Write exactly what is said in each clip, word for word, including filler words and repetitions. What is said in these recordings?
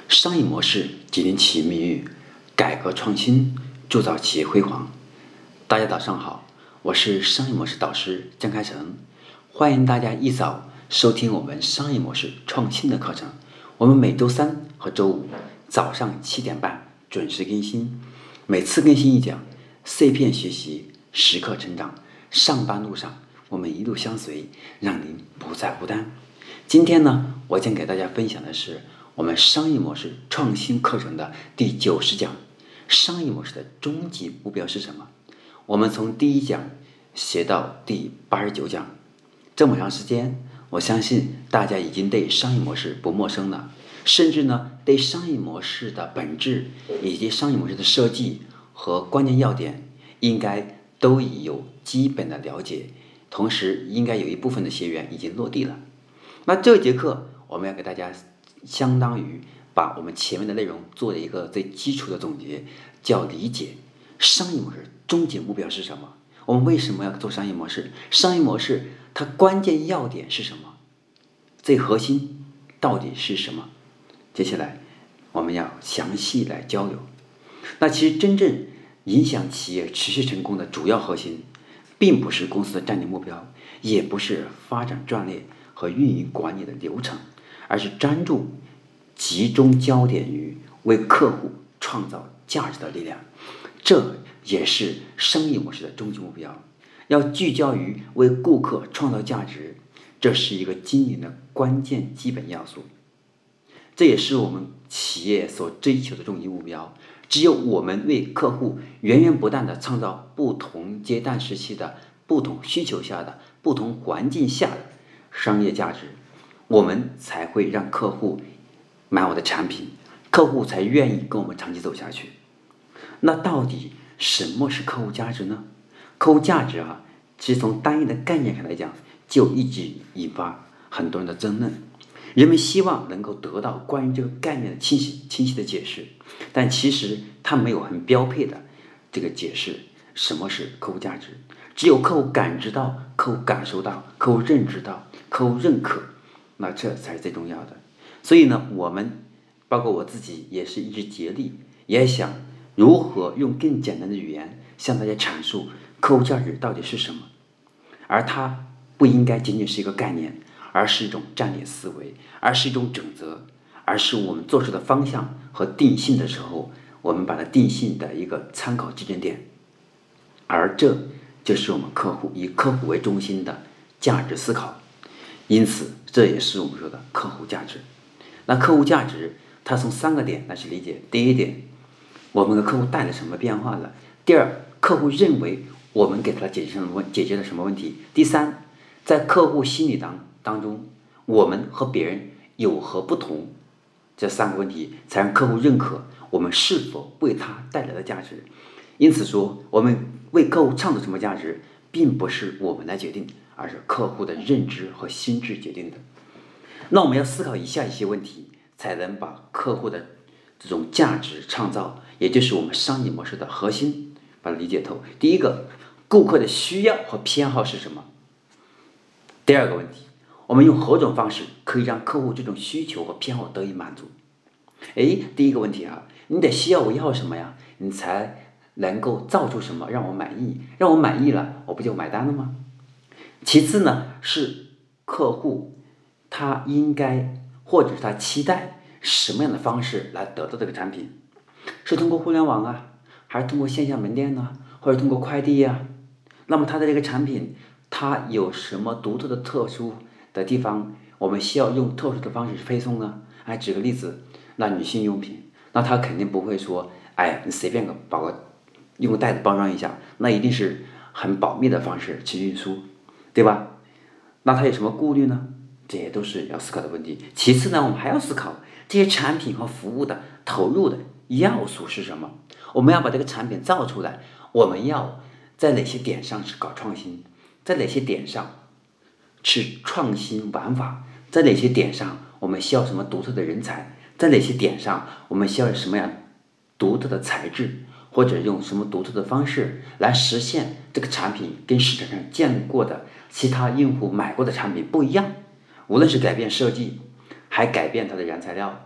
商业模式决定企业命运，改革创新铸造企业辉煌。大家早上好，我是商业模式导师江开成，欢迎大家一早收听我们商业模式创新的课程。我们每周三和周五早上七点半准时更新，每次更新一讲，碎片学习，时刻成长。上班路上我们一路相随，让您不再孤单。今天呢，我将给大家分享的是我们商业模式创新课程的第九十讲，商业模式的终极目标是什么？我们从第一讲学到第八十九讲，这么长时间，我相信大家已经对商业模式不陌生了，甚至呢，对商业模式的本质以及商业模式的设计和关键要点，应该都已有基本的了解，同时应该有一部分的学员已经落地了。那这节课我们要给大家相当于把我们前面的内容做了一个最基础的总结，叫理解商业模式终极目标是什么，我们为什么要做商业模式，商业模式它关键要点是什么，最核心到底是什么。接下来我们要详细来交流。那其实真正影响企业持续成功的主要核心，并不是公司的战略目标，也不是发展战略和运营管理的流程，而是专注集中焦点于为客户创造价值的力量。这也是商业模式的终极目标，要聚焦于为顾客创造价值，这是一个经营的关键基本要素，这也是我们企业所追求的终极目标。只有我们为客户源源不断地创造不同阶段时期的不同需求下的不同环境下的商业价值，我们才会让客户买我的产品，客户才愿意跟我们长期走下去。那到底什么是客户价值呢？客户价值啊，其实从单一的概念上来讲，就一直引发很多人的争论。人们希望能够得到关于这个概念的清晰清晰的解释，但其实它没有很标配的这个解释什么是客户价值。只有客户感知到，客户感受到，客户认知到，客户认可，那这才是最重要的。所以呢，我们包括我自己也是一直竭力，也想如何用更简单的语言向大家阐述客户价值到底是什么。而它不应该仅仅是一个概念，而是一种战略思维，而是一种准则，而是我们做出的方向和定性的时候，我们把它定性的一个参考基准点。而这就是我们客户以客户为中心的价值思考，因此这也是我们说的客户价值。那客户价值它从三个点来去理解。第一点，我们的客户带来什么变化了；第二，客户认为我们给他解决什么问解决了什么问题；第三，在客户心理当当中，我们和别人有何不同。这三个问题才让客户认可我们是否为他带来的价值。因此说，我们为客户创造什么价值，并不是我们来决定，而是客户的认知和心智决定的。那我们要思考以下一些问题，才能把客户的这种价值创造，也就是我们商业模式的核心，把它理解透。第一个，顾客的需要和偏好是什么？第二个问题，我们用何种方式可以让客户这种需求和偏好得以满足？诶，第一个问题啊，你得需要我要什么呀？你才能够造出什么让我满意，让我满意了，我不就买单了吗？其次呢，是客户他应该或者是他期待什么样的方式来得到这个产品？是通过互联网啊，还是通过线下门店呢、啊，或者通过快递呀、啊？那么他的这个产品，它有什么独特的特殊的地方？我们需要用特殊的方式配送呢？哎，举个例子，那女性用品，那他肯定不会说，哎，你随便个把个用个袋子包装一下，那一定是很保密的方式去运输，对吧？那他有什么顾虑呢？这些都是要思考的问题。其次呢，我们还要思考这些产品和服务的投入的要素是什么？我们要把这个产品造出来，我们要在哪些点上去搞创新？在哪些点上去创新玩法？在哪些点上我们需要什么独特的人才？在哪些点上我们需要什么样独特的材质，或者用什么独特的方式来实现这个产品跟市场上见过的其他用户买过的产品不一样？无论是改变设计，还改变它的原材料，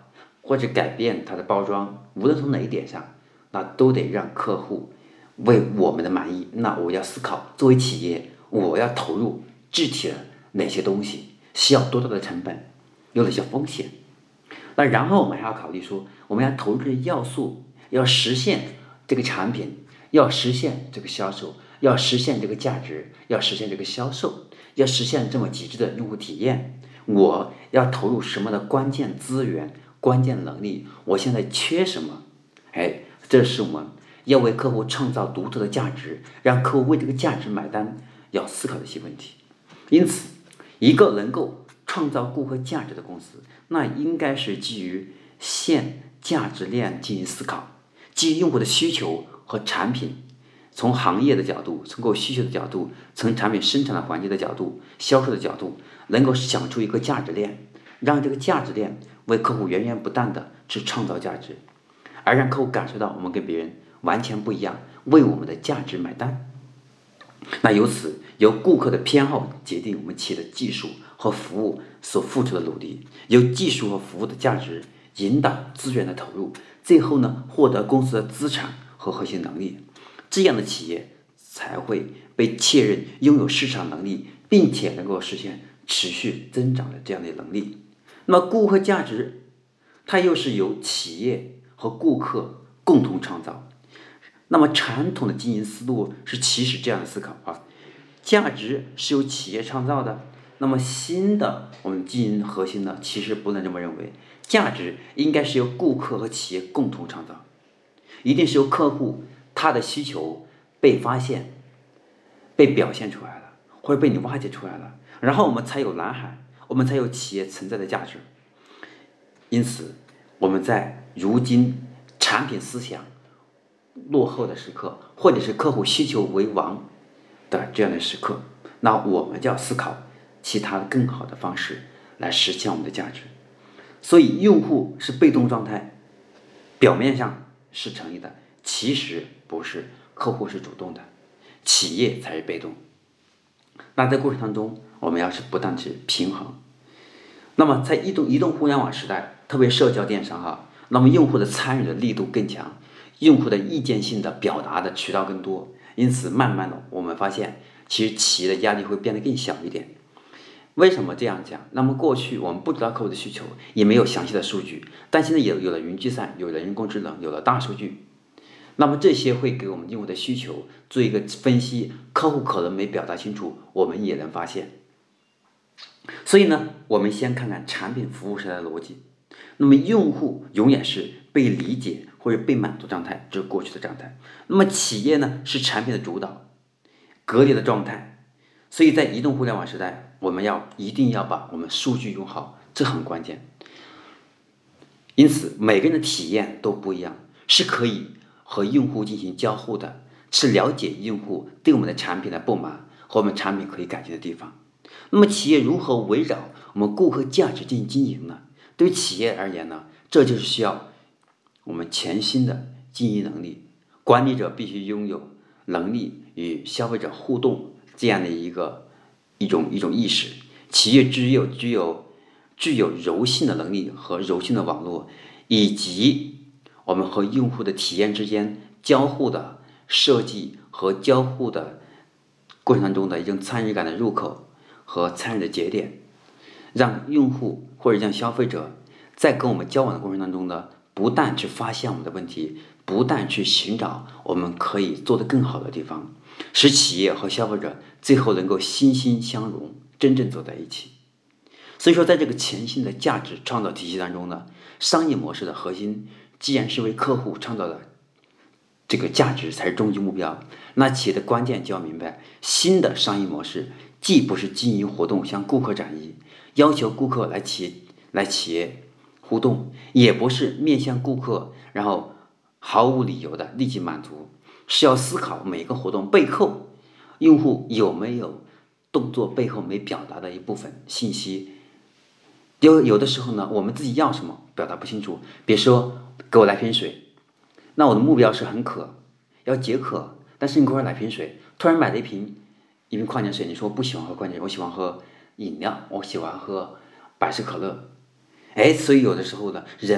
或者改变它的包装，无论从哪一点上，那都得让客户为我们的满意。那我要思考，作为企业，我要投入具体的哪些东西，需要多大的成本，有哪些风险。那然后我们还要考虑说，我们要投入的要素，要实现这个产品，要实现这个销售，要实现这个价值，要实现这个销售，要实现这么极致的用户体验，我要投入什么的关键资源、关键能力，我现在缺什么？哎，这是我们要为客户创造独特的价值，让客户为这个价值买单，要思考的一些问题。因此，一个能够创造顾客价值的公司，那应该是基于线价值链进行思考，基于用户的需求和产品，从行业的角度，从客户需求的角度，从产品生产的环节的角度，销售的角度，能够想出一个价值链，让这个价值链为客户源源不断的去创造价值，而让客户感受到我们跟别人完全不一样，为我们的价值买单。那由此由顾客的偏好决定我们企业的技术和服务所付出的努力，由技术和服务的价值引导资源的投入，最后呢获得公司的资产和核心能力。这样的企业才会被确认拥有市场能力，并且能够实现持续增长的这样的能力。那么顾客价值它又是由企业和顾客共同创造。那么传统的经营思路是起始这样的思考啊，价值是由企业创造的。那么新的我们经营核心呢，其实不能这么认为，价值应该是由顾客和企业共同创造，一定是由客户他的需求被发现、被表现出来了，或者被你挖掘出来了，然后我们才有蓝海，我们才有企业存在的价值。因此，我们在如今产品思想落后的时刻，或者是客户需求为王的这样的时刻，那我们就要思考其他更好的方式来实现我们的价值。所以用户是被动状态，表面上是成立的，其实不是，客户是主动的，企业才是被动。那在过程当中，我们要是不断去平衡。那么在移动移动互联网时代，特别社交电商哈，那么用户的参与的力度更强，用户的意见性的表达的渠道更多，因此慢慢的我们发现，其实企业的压力会变得更小一点。为什么这样讲？那么过去我们不知道客户的需求，也没有详细的数据，但现在有有了云计算，有了人工智能，有了大数据，那么这些会给我们用户的需求做一个分析，客户可能没表达清楚，我们也能发现。所以呢，我们先看看产品服务时代的逻辑。那么用户永远是被理解或者被满足状态，这是过去的状态。那么企业呢，是产品的主导，隔离的状态。所以在移动互联网时代，我们要一定要把我们数据用好，这很关键。因此每个人的体验都不一样，是可以和用户进行交互的，是了解用户对我们的产品的不满和我们产品可以改进的地方。那么企业如何围绕我们顾客价值进行经营呢？对于企业而言呢，这就是需要我们全新的经营能力。管理者必须拥有能力与消费者互动这样的一个一种一种意识。企业只有具有具有柔性的能力和柔性的网络，以及我们和用户的体验之间交互的设计和交互的过程当中的一种参与感的入口和参与的节点，让用户或者让消费者在跟我们交往的过程当中呢，不但去发现我们的问题，不但去寻找我们可以做得更好的地方，使企业和消费者最后能够心心相融，真正走在一起。所以说在这个全新的价值创造体系当中呢，商业模式的核心既然是为客户创造的这个价值才是终极目标，那企业的关键就要明白，新的商业模式既不是经营活动向顾客转移，要求顾客来企业来企业互动，也不是面向顾客然后毫无理由的立即满足，是要思考每个活动背后用户有没有动作背后没表达的一部分信息。有有的时候呢，我们自己要什么表达不清楚，比如说给我来瓶水，那我的目标是很渴，要解渴，但是你给我来瓶水，突然买了一瓶一瓶矿泉水，你说我不喜欢喝矿泉水，我喜欢喝饮料，我喜欢喝百事可乐。哎，所以有的时候呢，人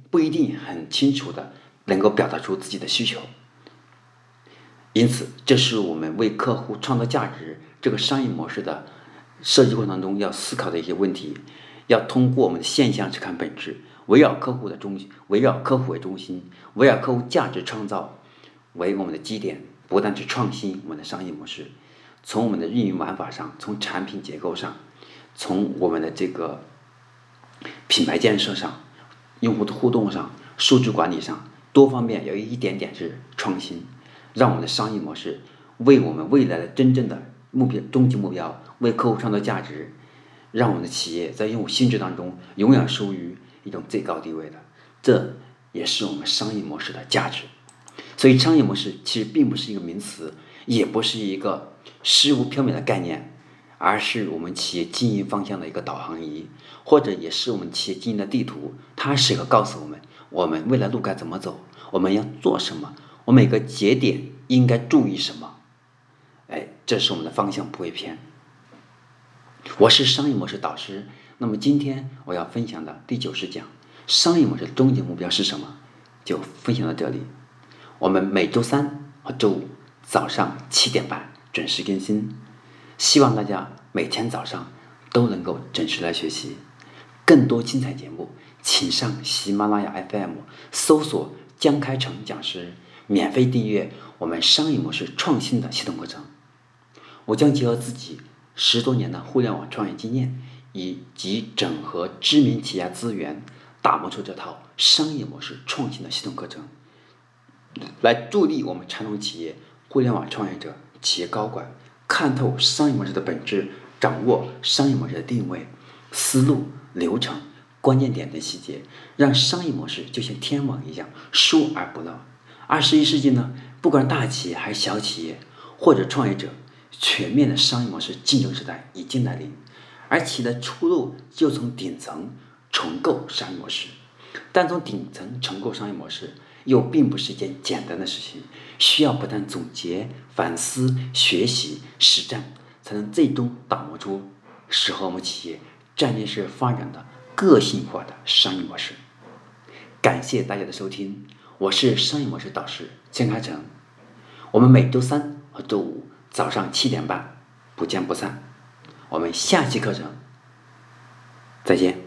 不一定很清楚的能够表达出自己的需求。因此，这是我们为客户创造价值这个商业模式的设计过程当中要思考的一些问题。要通过我们的现象去看本质，围绕客户的中心，围绕客户为中心，围绕客户价值创造为我们的基点，不断去创新我们的商业模式。从我们的运营玩法上，从产品结构上，从我们的这个品牌建设上，用户的互动上，数据管理上，多方面有一点点是创新，让我们的商业模式为我们未来的真正的目标、终极目标，为客户创造价值，让我们的企业在用户心智当中永远属于一种最高地位的。这也是我们商业模式的价值。所以，商业模式其实并不是一个名词，也不是一个虚无缥缈的概念，而是我们企业经营方向的一个导航仪，或者也是我们企业经营的地图。它是一个告诉我们，我们未来路该怎么走，我们要做什么，我每个节点应该注意什么。哎，这是我们的方向不会偏。我是商业模式导师，那么今天我要分享的第九十讲，商业模式的终极目标是什么，就分享到这里。我们每周三和周五早上七点半准时更新，希望大家每天早上都能够准时来学习。更多精彩节目，请上喜马拉雅 F M 搜索江开成讲师，免费订阅我们商业模式创新的系统课程。我将结合自己十多年的互联网创业经验，以及整合知名企业资源，打磨出这套商业模式创新的系统课程，来助力我们传统企业、互联网创业者、企业高管看透商业模式的本质，掌握商业模式的定位、思路、流程、关键点的细节，让商业模式就像天网一样疏而不漏。二十一世纪呢，不管大企业还是小企业或者创业者，全面的商业模式竞争时代已经来临，而企业的出路就从顶层重构商业模式。但从顶层重构商业模式又并不是一件简单的事情，需要不断总结、反思、学习、实战，才能最终打磨出适合我们企业战略式发展的个性化的商业模式。感谢大家的收听，我是商业模式导师江开成。我们每周三和周五早上七点半不见不散。我们下期课程再见。